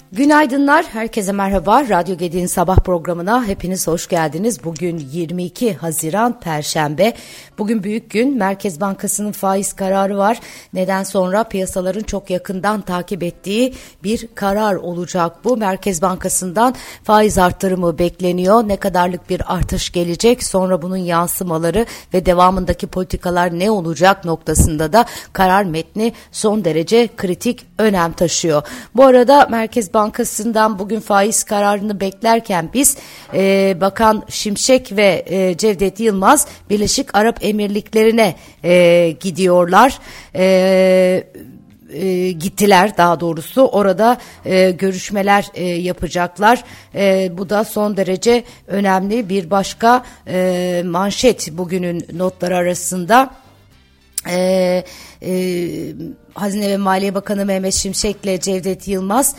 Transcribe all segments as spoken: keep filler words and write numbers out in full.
Günaydınlar, herkese merhaba. Radyo Gedi'nin sabah programına hepiniz hoş geldiniz. Bugün yirmi iki Haziran Perşembe. Bugün büyük gün. Merkez Bankası'nın faiz kararı var. Neden sonra piyasaların çok yakından takip ettiği bir karar olacak bu. Merkez Bankası'ndan faiz arttırımı bekleniyor. Ne kadarlık bir artış gelecek? Sonra bunun yansımaları ve devamındaki politikalar ne olacak noktasında da karar metni son derece kritik önem taşıyor. Bu arada Merkez Bankası Bankası'ndan bugün faiz kararını beklerken biz e, Bakan Şimşek ve e, Cevdet Yılmaz Birleşik Arap Emirlikleri'ne e, gidiyorlar. E, e, gittiler daha doğrusu. Orada e, görüşmeler e, yapacaklar. E, bu da son derece önemli bir başka e, manşet bugünün notları arasında. Ee, e, Hazine ve Maliye Bakanı Mehmet Şimşek ile Cevdet Yılmaz,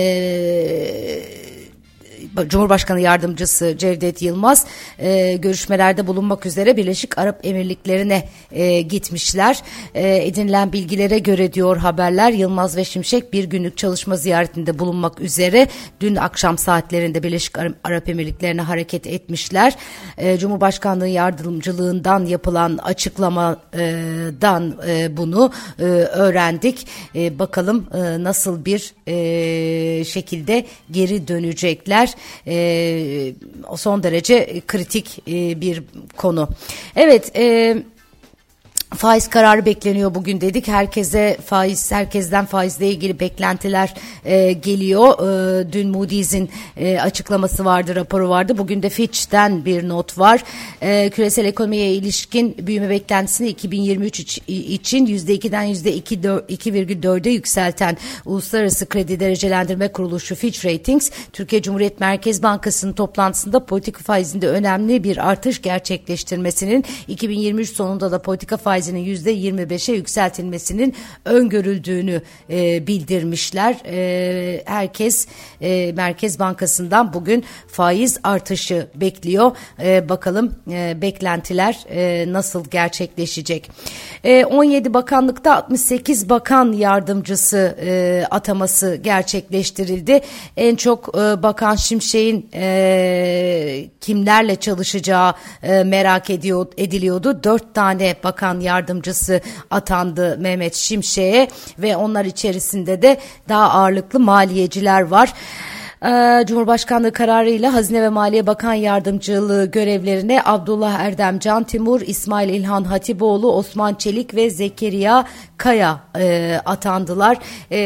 e, Cumhurbaşkanı Yardımcısı Cevdet Yılmaz e, görüşmelerde bulunmak üzere Birleşik Arap Emirlikleri'ne e, gitmişler. E, edinilen bilgilere göre diyor haberler, Yılmaz ve Şimşek bir günlük çalışma ziyaretinde bulunmak üzere dün akşam saatlerinde Birleşik Arap Emirlikleri'ne hareket etmişler. E, Cumhurbaşkanlığı yardımcılığından yapılan açıklamadan e, bunu e, öğrendik. E, bakalım e, nasıl bir e, şekilde geri dönecekler. Ee, son derece kritik e, bir konu. Evet, e, faiz kararı bekleniyor bugün dedik. Herkese faiz, herkesten faizle ilgili beklentiler e, geliyor. E, dün Moody's'in e, açıklaması vardı, raporu vardı. Bugün de Fitch'ten bir not var. E, küresel ekonomiye ilişkin büyüme beklentisini iki bin yirmi üç için yüzde ikiden yüzde iki virgül dörde yükselten Uluslararası Kredi Derecelendirme Kuruluşu Fitch Ratings, Türkiye Cumhuriyet Merkez Bankası'nın toplantısında politika faizinde önemli bir artış gerçekleştirmesinin, iki bin yirmi üç sonunda da politika faizi faizinin yüzde yirmi beşe yükseltilmesinin öngörüldüğünü e, bildirmişler. E, herkes e, Merkez Bankası'ndan bugün faiz artışı bekliyor. E, bakalım e, beklentiler e, nasıl gerçekleşecek? E, on yedi bakanlıkta altmış sekiz bakan yardımcısı e, ataması gerçekleştirildi. En çok e, Bakan Şimşek'in e, kimlerle çalışacağı e, merak ediyor, ediliyordu. Dört tane bakan yardımcısı atandı Mehmet Şimşek'e ve onlar içerisinde de daha ağırlıklı maliyeciler var. Ee, Cumhurbaşkanlığı kararıyla Hazine ve Maliye Bakan Yardımcılığı görevlerine Abdullah Erdem Can Timur, İsmail İlhan Hatipoğlu, Osman Çelik ve Zekeriya Kaya e, atandılar. E,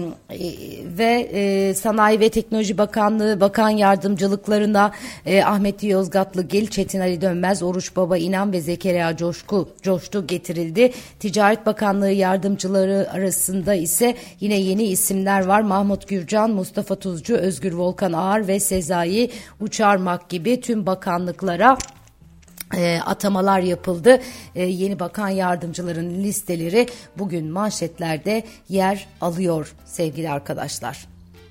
ve e, Sanayi ve Teknoloji Bakanlığı Bakan Yardımcılıklarına e, Ahmet Yozgatlıgil, Çetin Ali Dönmez, Oruç Baba İnan ve Zekeriya Coşku, Coştu getirildi. Ticaret Bakanlığı yardımcıları arasında ise yine yeni isimler var. Mahmut Gürcan, Mustafa Tuzcu, Özgür Volkan Ağar ve Sezai Uçarmak gibi tüm bakanlıklara E, atamalar yapıldı. E, yeni bakan yardımcıların listeleri bugün manşetlerde yer alıyor sevgili arkadaşlar.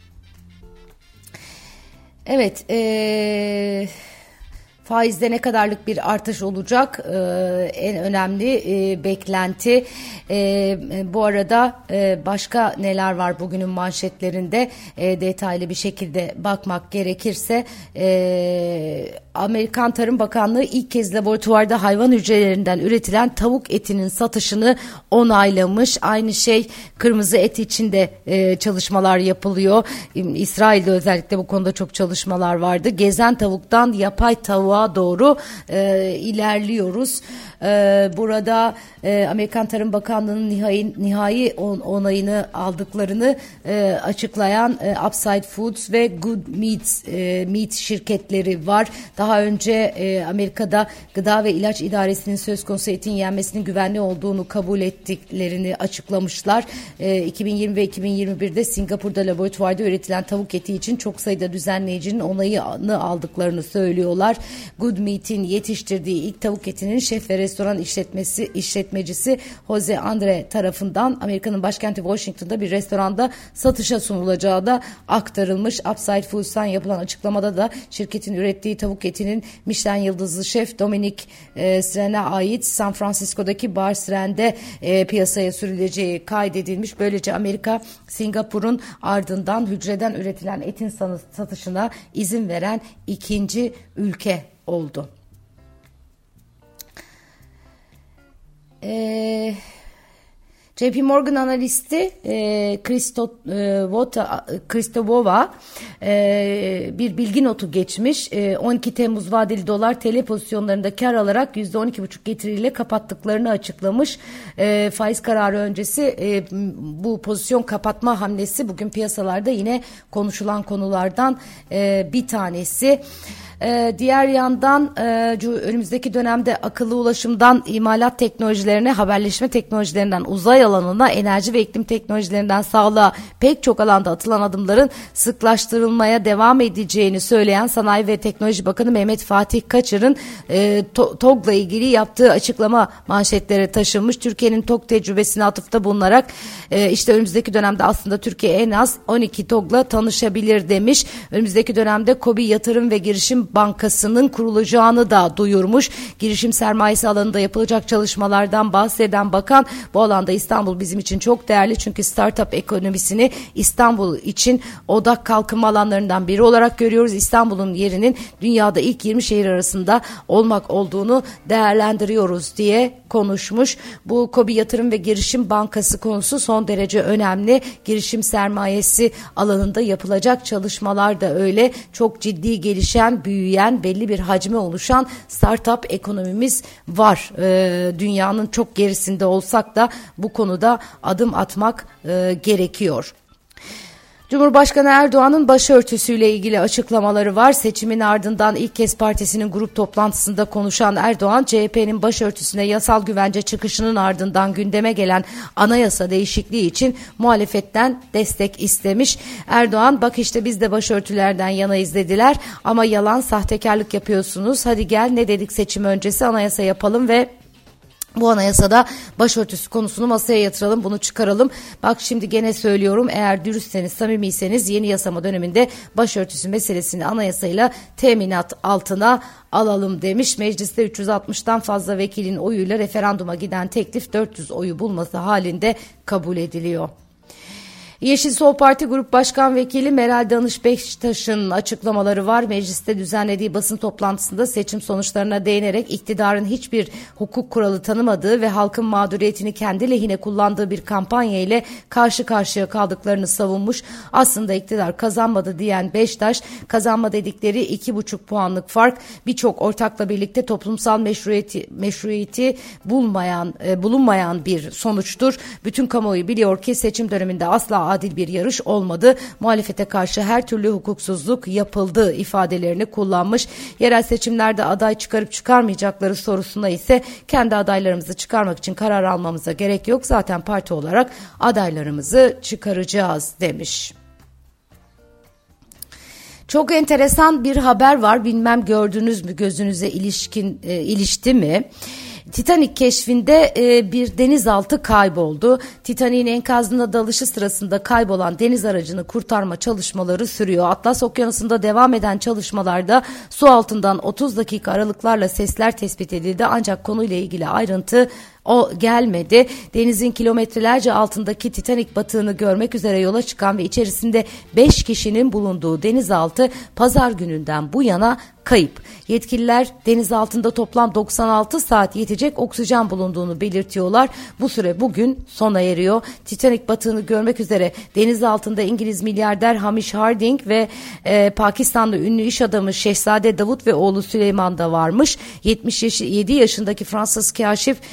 Evet, e, faizde ne kadarlık bir artış olacak? Ee, en önemli e, beklenti. E, bu arada e, başka neler var bugünün manşetlerinde? E, detaylı bir şekilde bakmak gerekirse e, Amerikan Tarım Bakanlığı ilk kez laboratuvarda hayvan hücrelerinden üretilen tavuk etinin satışını onaylamış. Aynı şey kırmızı et için de e, çalışmalar yapılıyor. İsrail'de özellikle bu konuda çok çalışmalar vardı. Gezen tavuktan yapay tavuğa doğru e, ilerliyoruz. E, burada e, Amerikan Tarım Bakanlığı'nın nihai, nihai on, onayını aldıklarını e, açıklayan e, Upside Foods ve Good Meat, e, Meat şirketleri var. Daha önce e, Amerika'da Gıda ve İlaç İdaresi'nin söz konusu etin yenmesinin güvenli olduğunu kabul ettiklerini açıklamışlar. E, iki bin yirmi ve iki bin yirmi birde Singapur'da laboratuvarda üretilen tavuk eti için çok sayıda düzenleyicinin onayını aldıklarını söylüyorlar. Good Meat'in yetiştirdiği ilk tavuk etinin şef ve restoran işletmesi işletmecisi Jose Andre tarafından Amerika'nın başkenti Washington'da bir restoranda satışa sunulacağı da aktarılmış. Upside Foods'tan yapılan açıklamada da şirketin ürettiği tavuk etinin Michelin yıldızlı şef Dominic e, Stren'e ait San Francisco'daki Bar Stren'de e, piyasaya sürüleceği kaydedilmiş. Böylece Amerika, Singapur'un ardından hücreden üretilen etin satışına izin veren ikinci ülke oldu. Eee J P Morgan analisti e, Christo, e, Vota, Kristovova e, bir bilgi notu geçmiş. E, on iki Temmuz vadeli dolar T L pozisyonlarında kar alarak yüzde on iki buçuk getiriyle kapattıklarını açıklamış. E, faiz kararı öncesi e, bu pozisyon kapatma hamlesi bugün piyasalarda yine konuşulan konulardan e, bir tanesi. Ee, diğer yandan e, önümüzdeki dönemde akıllı ulaşımdan imalat teknolojilerine, haberleşme teknolojilerinden uzay alanına, enerji ve iklim teknolojilerinden sağlığa pek çok alanda atılan adımların sıklaştırılmaya devam edeceğini söyleyen Sanayi ve Teknoloji Bakanı Mehmet Fatih Kaçır'ın e, TOG'la ilgili yaptığı açıklama manşetlere taşınmış. Türkiye'nin TOG tecrübesine atıfta bulunarak e, işte önümüzdeki dönemde aslında Türkiye en az on iki TOG'la tanışabilir demiş. Önümüzdeki dönemde KOBİ Yatırım ve Girişim Bankası'nın kurulacağını da duyurmuş. Girişim sermayesi alanında yapılacak çalışmalardan bahseden bakan, bu alanda İstanbul bizim için çok değerli çünkü startup ekonomisini İstanbul için odak kalkınma alanlarından biri olarak görüyoruz. İstanbul'un yerinin dünyada ilk yirmi şehir arasında olmak olduğunu değerlendiriyoruz diye konuşmuş. Bu KOBİ Yatırım ve Girişim Bankası konusu son derece önemli. Girişim sermayesi alanında yapılacak çalışmalar da öyle. Çok ciddi gelişen, büyüyen, belli bir hacme oluşan startup ekonomimiz var. Ee, dünyanın çok gerisinde olsak da bu konuda adım atmak e, gerekiyor. Cumhurbaşkanı Erdoğan'ın başörtüsüyle ilgili açıklamaları var. Seçimin ardından ilk kez partisinin grup toplantısında konuşan Erdoğan, C H P'nin başörtüsüne yasal güvence çıkışının ardından gündeme gelen anayasa değişikliği için muhalefetten destek istemiş. Erdoğan, bak işte biz de başörtülerden yanayız dediler ama yalan, sahtekarlık yapıyorsunuz. Hadi gel, ne dedik seçim öncesi, anayasa yapalım ve bu anayasada başörtüsü konusunu masaya yatıralım, bunu çıkaralım. Bak şimdi gene söylüyorum, eğer dürüstseniz, samimiyseniz yeni yasama döneminde başörtüsü meselesini anayasayla teminat altına alalım demiş. Mecliste üç yüz altmıştan fazla vekilin oyuyla referanduma giden teklif dört yüz oyu bulması halinde kabul ediliyor. Yeşil Sol Parti Grup Başkan Vekili Meral Danış Beştaş'ın açıklamaları var. Mecliste düzenlediği basın toplantısında seçim sonuçlarına değinerek iktidarın hiçbir hukuk kuralı tanımadığı ve halkın mağduriyetini kendi lehine kullandığı bir kampanya ile karşı karşıya kaldıklarını savunmuş. Aslında iktidar kazanmadı diyen Beştaş, kazanma dedikleri iki buçuk puanlık fark birçok ortakla birlikte toplumsal meşruiyeti, meşruiyeti bulmayan, e, bulunmayan bir sonuçtur. Bütün kamuoyu biliyor ki seçim döneminde asla adil bir yarış olmadı. Muhalefete karşı her türlü hukuksuzluk yapıldı ifadelerini kullanmış. Yerel seçimlerde aday çıkarıp çıkarmayacakları sorusuna ise kendi adaylarımızı çıkarmak için karar almamıza gerek yok. Zaten parti olarak adaylarımızı çıkaracağız demiş. Çok enteresan bir haber var. Bilmem gördünüz mü, gözünüze ilişkin e, ilişti mi? Titanic keşfinde e, bir denizaltı kayboldu. Titanic'in enkazına dalışı sırasında kaybolan deniz aracını kurtarma çalışmaları sürüyor. Atlas Okyanusu'nda devam eden çalışmalarda su altından otuz dakika aralıklarla sesler tespit edildi. Ancak konuyla ilgili ayrıntı o gelmedi. Denizin kilometrelerce altındaki Titanic batığını görmek üzere yola çıkan ve içerisinde beş kişinin bulunduğu denizaltı pazar gününden bu yana kayıp. Yetkililer deniz altında toplam doksan altı saat yetecek oksijen bulunduğunu belirtiyorlar. Bu süre bugün sona eriyor. Titanic batığını görmek üzere deniz altında İngiliz milyarder Hamish Harding ve e, Pakistanlı ünlü iş adamı Şehzade Davut ve oğlu Süleyman da varmış. yetmiş yedi yaşındaki Fransız kaşif Paul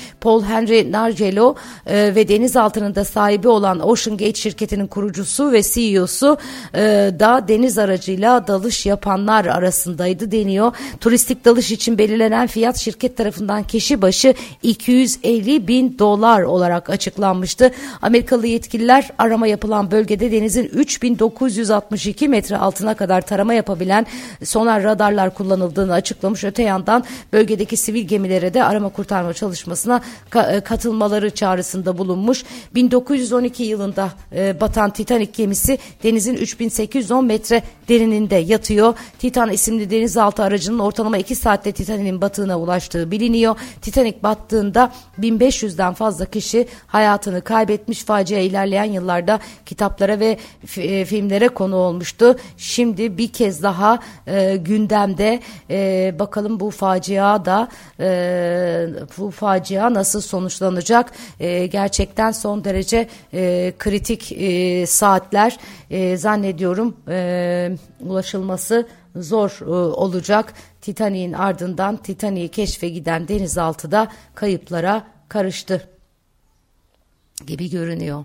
Henry Nargelo e, ve denizaltının da sahibi olan Ocean Gate şirketinin kurucusu ve C E O'su e, da deniz aracıyla dalış yapanlar arasındaydı deniyor. Turistik dalış için belirlenen fiyat şirket tarafından kişi başı iki yüz elli bin dolar olarak açıklanmıştı. Amerikalı yetkililer arama yapılan bölgede denizin üç bin dokuz yüz altmış iki metre altına kadar tarama yapabilen sonar radarlar kullanıldığını açıklamış. Öte yandan bölgedeki sivil gemilere de arama kurtarma çalışmasına ka- katılmaları çağrısında bulunmuş. bin dokuz yüz on iki yılında e, batan Titanic gemisi denizin üç bin sekiz yüz on metre derininde yatıyor. Titan isimli denizaltı aracının ortalama iki saatte Titanic'in batığına ulaştığı biliniyor. Titanic battığında bin beş yüzden fazla kişi hayatını kaybetmiş. Facia ilerleyen yıllarda kitaplara ve f- filmlere konu olmuştu. Şimdi bir kez daha e, gündemde. E, bakalım bu facia da e, bu facia nasıl sonuçlanacak? E, gerçekten son derece e, kritik e, saatler e, zannediyorum e, ulaşılması zor e, olacak. Titanic'in ardından Titanic'i keşfe giden denizaltı da kayıplara karıştı gibi görünüyor.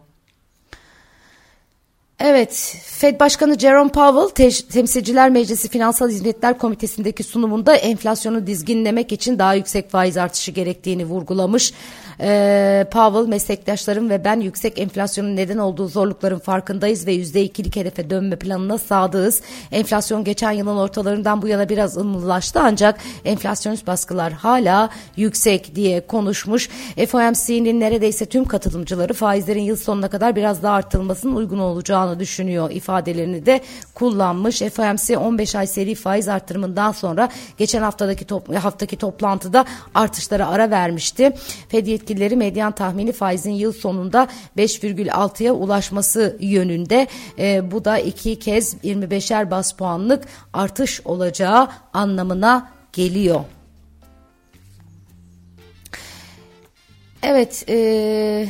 Evet, Fed Başkanı Jerome Powell, Te- Temsilciler Meclisi Finansal Hizmetler Komitesi'ndeki sunumunda enflasyonu dizginlemek için daha yüksek faiz artışı gerektiğini vurgulamış. Ee, Powell, meslektaşlarım ve ben yüksek enflasyonun neden olduğu zorlukların farkındayız ve yüzde ikilik hedefe dönme planına sadığız. Enflasyon geçen yılın ortalarından bu yana biraz ılımlılaştı ancak enflasyonist baskılar hala yüksek diye konuşmuş. F O M C'nin neredeyse tüm katılımcıları faizlerin yıl sonuna kadar biraz daha arttırılmasının uygun olacağını düşünüyor ifadelerini de kullanmış. F O M C on beş ay seri faiz artırımından sonra geçen haftadaki top, haftaki toplantıda artışlara ara vermişti. Fed yetkilileri medyan tahmini faizin yıl sonunda beş virgül altıya ulaşması yönünde. E, bu da iki kez yirmi beşer bas puanlık artış olacağı anlamına geliyor. Evet, eee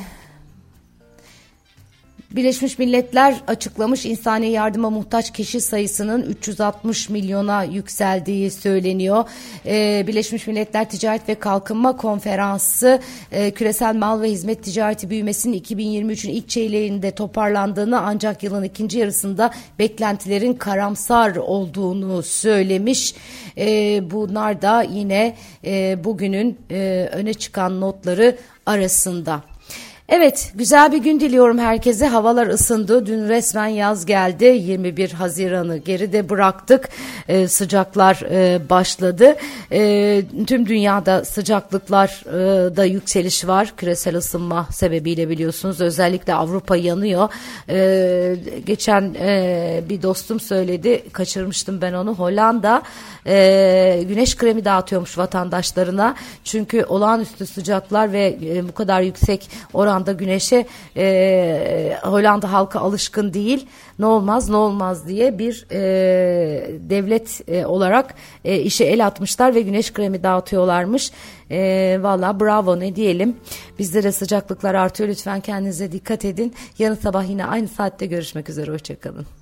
Birleşmiş Milletler açıklamış, insani yardıma muhtaç kişi sayısının üç yüz altmış milyona yükseldiği söyleniyor. Ee, Birleşmiş Milletler Ticaret ve Kalkınma Konferansı e, küresel mal ve hizmet ticareti büyümesinin iki bin yirmi üçün ilk çeyreğinde toparlandığını ancak yılın ikinci yarısında beklentilerin karamsar olduğunu söylemiş. E, bunlar da yine e, bugünün e, öne çıkan notları arasında. Evet, güzel bir gün diliyorum herkese. Havalar ısındı. Dün resmen yaz geldi. yirmi bir Haziran'ı geride bıraktık. Ee, sıcaklar e, başladı. E, tüm dünyada sıcaklıklar e, da yükseliş var. Küresel ısınma sebebiyle biliyorsunuz. Özellikle Avrupa yanıyor. E, geçen e, bir dostum söyledi. Kaçırmıştım ben onu. Hollanda e, güneş kremi dağıtıyormuş vatandaşlarına. Çünkü olağanüstü sıcaklar ve e, bu kadar yüksek oran da güneşe e, Hollanda halkı alışkın değil. Ne olmaz ne olmaz diye bir e, devlet e, olarak e, işe el atmışlar ve güneş kremi dağıtıyorlarmış. E, Valla bravo, ne diyelim. Bizde de sıcaklıklar artıyor. Lütfen kendinize dikkat edin. Yarın sabah yine aynı saatte görüşmek üzere. Hoşçakalın.